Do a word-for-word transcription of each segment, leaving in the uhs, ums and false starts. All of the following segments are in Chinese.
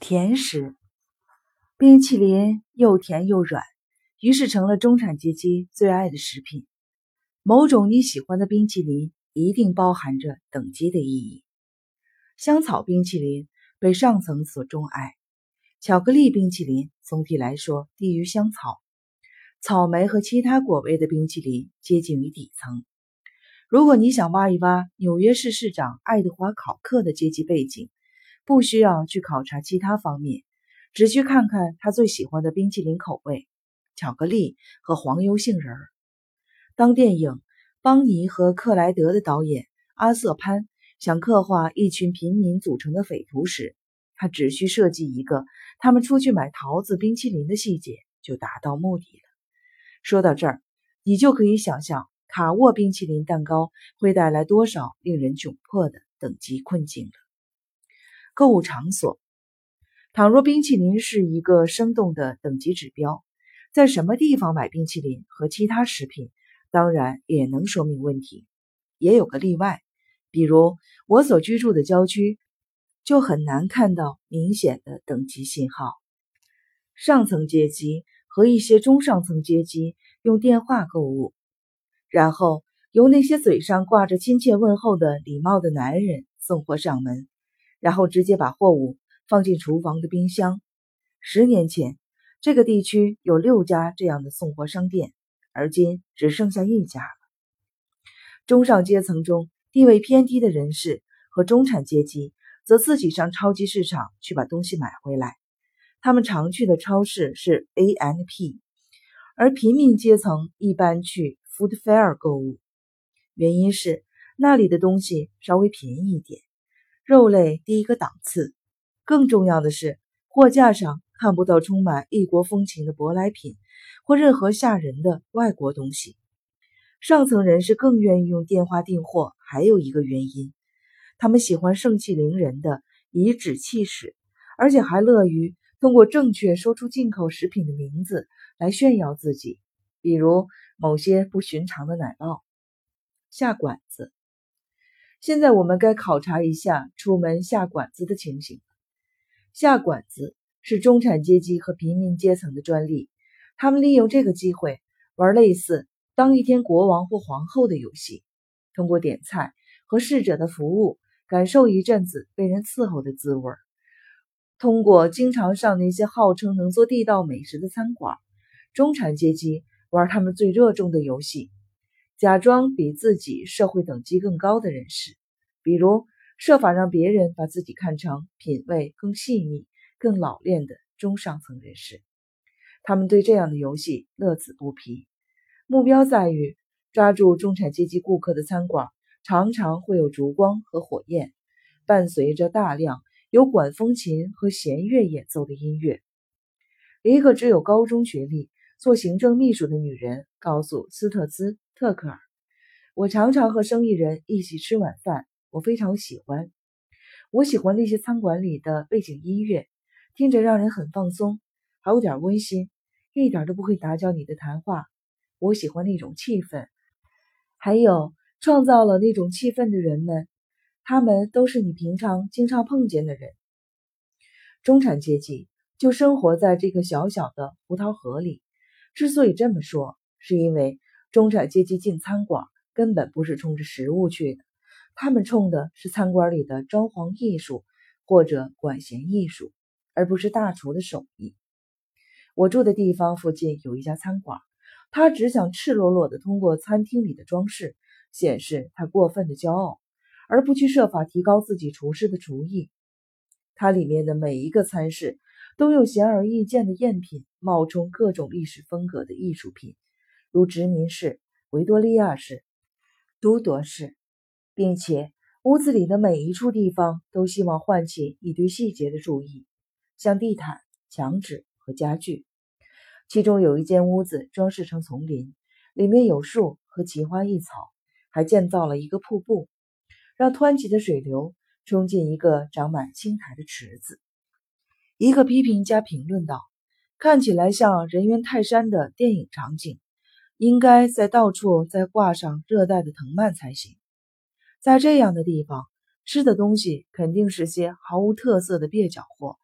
甜食，冰淇淋又甜又软，于是成了中产阶级最爱的食品。某种你喜欢的冰淇淋一定包含着等级的意义。香草冰淇淋被上层所钟爱，巧克力冰淇淋总体来说低于香草，草莓和其他果味的冰淇淋接近于底层。如果你想挖一挖纽约市市长爱德华·考克的阶级背景，不需要去考察其他方面，只需看看他最喜欢的冰淇淋口味——巧克力和黄油杏仁儿。当电影《邦尼和克莱德》的导演阿瑟潘想刻画一群平民组成的匪徒时，他只需设计一个他们出去买桃子冰淇淋的细节，就达到目的了。说到这儿，你就可以想象卡沃冰淇淋蛋糕会带来多少令人窘迫的等级困境了。购物场所，倘若冰淇淋是一个生动的等级指标，在什么地方买冰淇淋和其他食品当然也能说明问题。也有个例外，比如我所居住的郊区就很难看到明显的等级信号。上层阶级和一些中上层阶级用电话购物，然后由那些嘴上挂着亲切问候的礼貌的男人送货上门，然后直接把货物放进厨房的冰箱。十年前，这个地区有六家这样的送货商店，而今只剩下一家了。中上阶层中地位偏低的人士和中产阶级则自己上超级市场去把东西买回来。他们常去的超市是 A and P， 而平民阶层一般去 Food Fair 购物，原因是那里的东西稍微便宜一点，肉类低一个档次。更重要的是，货架上看不到充满异国风情的舶来品或任何吓人的外国东西。上层人士更愿意用电话订货，还有一个原因，他们喜欢盛气凌人的颐指气使，而且还乐于通过正确说出进口食品的名字来炫耀自己，比如某些不寻常的奶酪。下馆子，现在我们该考察一下出门下馆子的情形。下馆子是中产阶级和平民阶层的专利，他们利用这个机会玩类似当一天国王或皇后的游戏，通过点菜和侍者的服务，感受一阵子被人伺候的滋味。通过经常上那些号称能做地道美食的餐馆，中产阶级玩他们最热衷的游戏，假装比自己社会等级更高的人士，比如设法让别人把自己看成品味更细腻、更老练的中上层人士。他们对这样的游戏乐此不疲，目标在于抓住中产阶级顾客的餐馆常常会有烛光和火焰，伴随着大量由管风琴和弦乐演奏的音乐。一个只有高中学历、做行政秘书的女人告诉斯特兹特克尔，我常常和生意人一起吃晚饭，我非常喜欢。我喜欢那些餐馆里的背景音乐，听着让人很放松，还有点温馨，一点都不会打搅你的谈话。我喜欢那种气氛，还有创造了那种气氛的人们，他们都是你平常经常碰见的人。中产阶级就生活在这个小小的胡桃河里。之所以这么说，是因为中产阶级进餐馆根本不是冲着食物去的，他们冲的是餐馆里的装潢艺术或者管弦艺术，而不是大厨的手艺。我住的地方附近有一家餐馆，他只想赤裸裸地通过餐厅里的装饰显示他过分的骄傲，而不去设法提高自己厨师的厨艺。它里面的每一个餐室都用显而易见的赝品冒充各种历史风格的艺术品，如殖民式、维多利亚式、都铎式，并且屋子里的每一处地方都希望唤起你对细节的注意，像地毯、墙纸和家具。其中有一间屋子装饰成丛林，里面有树和奇花异草，还建造了一个瀑布，让湍急的水流冲进一个长满青苔的池子。一个批评家评论道，看起来像人猿泰山的电影场景，应该在到处再挂上热带的藤蔓才行。在这样的地方，吃的东西肯定是些毫无特色的蹩脚货，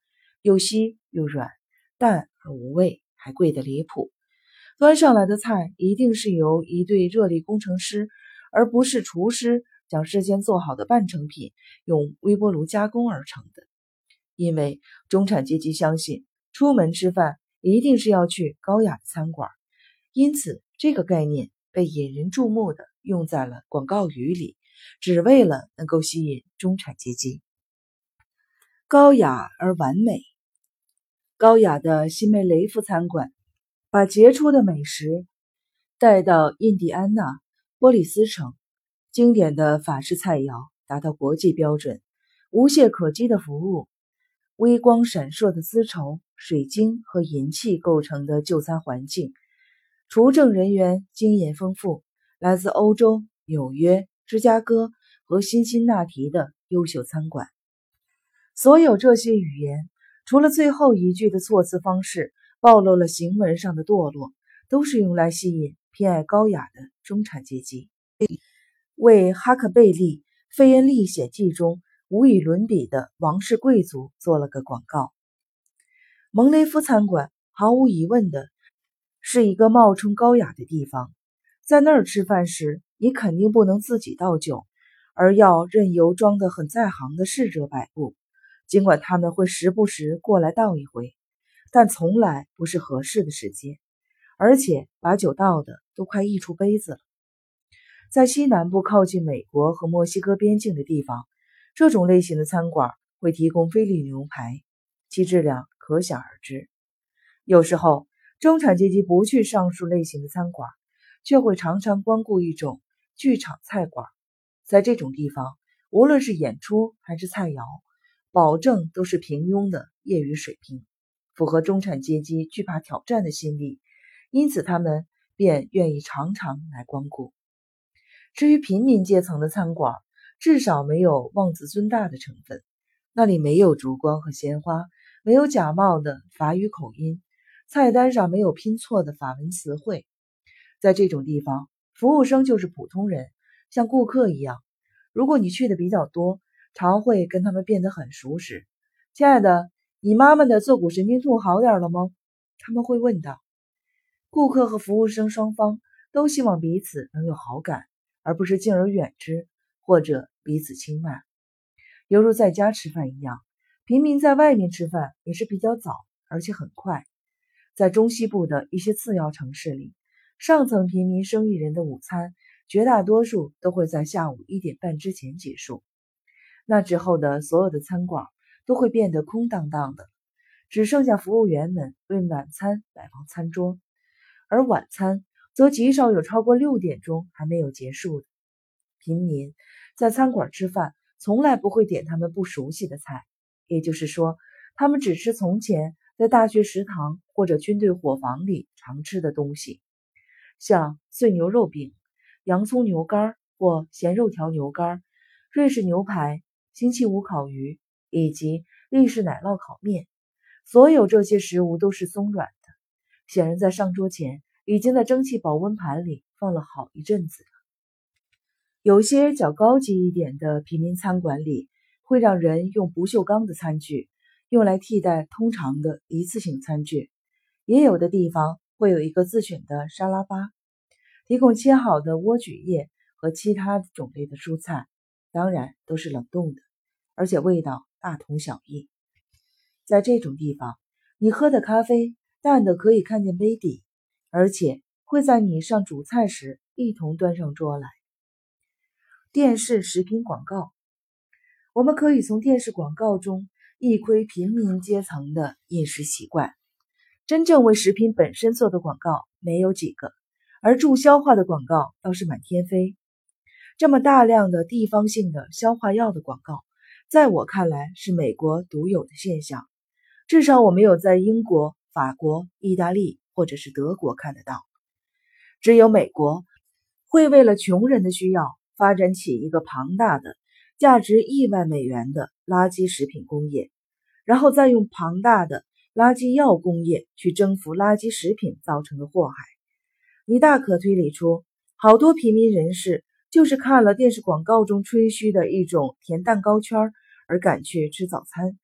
又稀又软，淡而无味，还贵得离谱。端上来的菜一定是由一对热力工程师，而不是厨师将事先做好的半成品用微波炉加工而成的。因为中产阶级相信出门吃饭一定是要去高雅的餐馆，因此这个概念被引人注目的用在了广告语里，只为了能够吸引中产阶级。高雅而完美。高雅的西梅雷夫餐馆把杰出的美食带到印第安纳波利斯城，经典的法式菜肴达到国际标准，无懈可击的服务，微光闪烁的丝绸、水晶和银器构成的就餐环境，厨政人员经验丰富，来自欧洲、纽约、芝加哥和辛辛那提的优秀餐馆。所有这些语言，除了最后一句的措辞方式暴露了行文上的堕落，都是用来吸引偏爱高雅的中产阶级，为哈克贝利《费恩历险记》中无与伦比的王室贵族做了个广告。蒙雷夫餐馆毫无疑问的是一个冒充高雅的地方，在那儿吃饭时，你肯定不能自己倒酒，而要任由装得很在行的侍者摆布，尽管他们会时不时过来倒一回，但从来不是合适的时间，而且把酒倒的都快溢出杯子了。在西南部靠近美国和墨西哥边境的地方，这种类型的餐馆会提供菲力牛排，其质量可想而知。有时候，中产阶级不去上述类型的餐馆，却会常常光顾一种剧场菜馆。在这种地方，无论是演出还是菜肴，保证都是平庸的业余水平，符合中产阶级惧怕挑战的心理，因此他们便愿意常常来光顾。至于平民阶层的餐馆，至少没有妄自尊大的成分，那里没有烛光和鲜花，没有假冒的法语口音，菜单上没有拼错的法文词汇。在这种地方，服务生就是普通人，像顾客一样。如果你去的比较多，常会跟他们变得很熟识。亲爱的，你妈妈的坐骨神经痛好点了吗？他们会问道。顾客和服务生双方都希望彼此能有好感，而不是敬而远之或者彼此轻慢。犹如在家吃饭一样，平民在外面吃饭也是比较早，而且很快。在中西部的一些次要城市里，上层平民生意人的午餐绝大多数都会在下午一点半之前结束，那之后的所有的餐馆都会变得空荡荡的，只剩下服务员们为晚餐摆放餐桌，而晚餐则极少有超过六点钟还没有结束的。平民在餐馆吃饭从来不会点他们不熟悉的菜，也就是说，他们只吃从前在大学食堂或者军队伙房里常吃的东西，像碎牛肉饼、洋葱牛肝或咸肉条牛肝、瑞士牛排、星期五烤鱼以及意式奶酪烤面。所有这些食物都是松软的，显然在上桌前已经在蒸汽保温盘里放了好一阵子了。有些较高级一点的平民餐馆里会让人用不锈钢的餐具，用来替代通常的一次性餐具。也有的地方会有一个自选的沙拉吧，提供切好的莴苣叶和其他种类的蔬菜，当然都是冷冻的，而且味道大同小异。在这种地方，你喝的咖啡淡的可以看见杯底，而且会在你上主菜时一同端上桌来。电视食品广告，我们可以从电视广告中一窥平民阶层的饮食习惯。真正为食品本身做的广告没有几个，而助消化的广告倒是满天飞。这么大量的地方性的消化药的广告，在我看来是美国独有的现象，至少我没有在英国、法国、意大利或者是德国看得到。只有美国会为了穷人的需要发展起一个庞大的价值亿万美元的垃圾食品工业，然后再用庞大的垃圾药工业去征服垃圾食品造成的祸害。你大可推理出，好多平民人士就是看了电视广告中吹嘘的一种甜蛋糕圈而赶去吃早餐，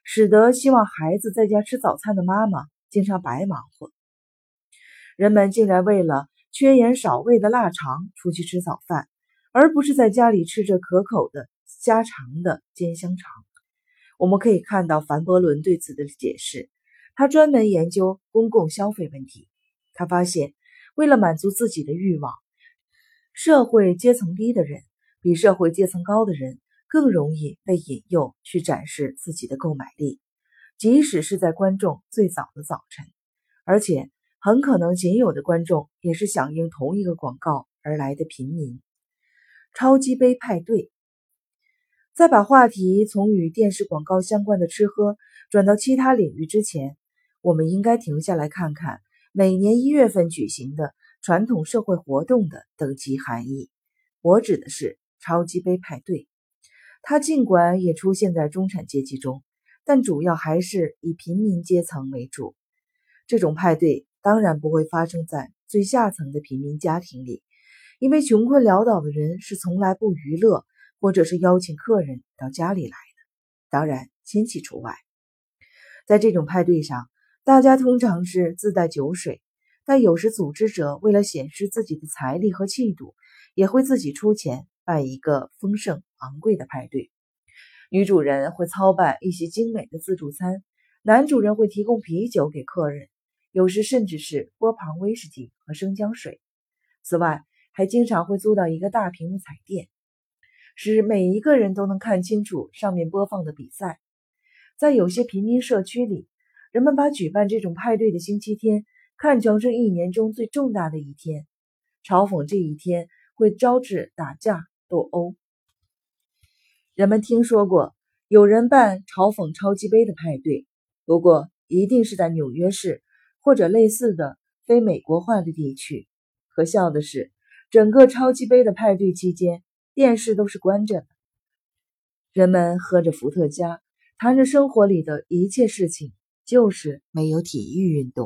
使得希望孩子在家吃早餐的妈妈经常白忙活。人们竟然为了缺盐少味的腊肠出去吃早饭，而不是在家里吃着可口的家常的煎香肠。我们可以看到凡伯伦对此的解释，他专门研究公共消费问题。他发现，为了满足自己的欲望，社会阶层低的人比社会阶层高的人更容易被引诱去展示自己的购买力，即使是在观众最早的早晨，而且很可能仅有的观众也是响应同一个广告而来的平民。超级杯派对。在把话题从与电视广告相关的吃喝转到其他领域之前，我们应该停下来看看每年一月份举行的传统社会活动的等级含义。我指的是超级杯派对。它尽管也出现在中产阶级中，但主要还是以平民阶层为主。这种派对当然不会发生在最下层的平民家庭里，因为穷困潦倒的人是从来不娱乐或者是邀请客人到家里来的，当然亲戚除外。在这种派对上，大家通常是自带酒水，但有时组织者为了显示自己的财力和气度，也会自己出钱办一个丰盛昂贵的派对。女主人会操办一些精美的自助餐，男主人会提供啤酒给客人，有时甚至是波旁威士忌和生姜水。此外，还经常会租到一个大屏幕彩电，使每一个人都能看清楚上面播放的比赛。在有些平民社区里，人们把举办这种派对的星期天看成是一年中最重大的一天，嘲讽这一天会招致打架斗殴。人们听说过有人办嘲讽超级杯的派对，不过一定是在纽约市或者类似的非美国化的地区。可笑的是，整个超级杯的派对期间，电视都是关着的。人们喝着伏特加，谈着生活里的一切事情，就是没有体育运动。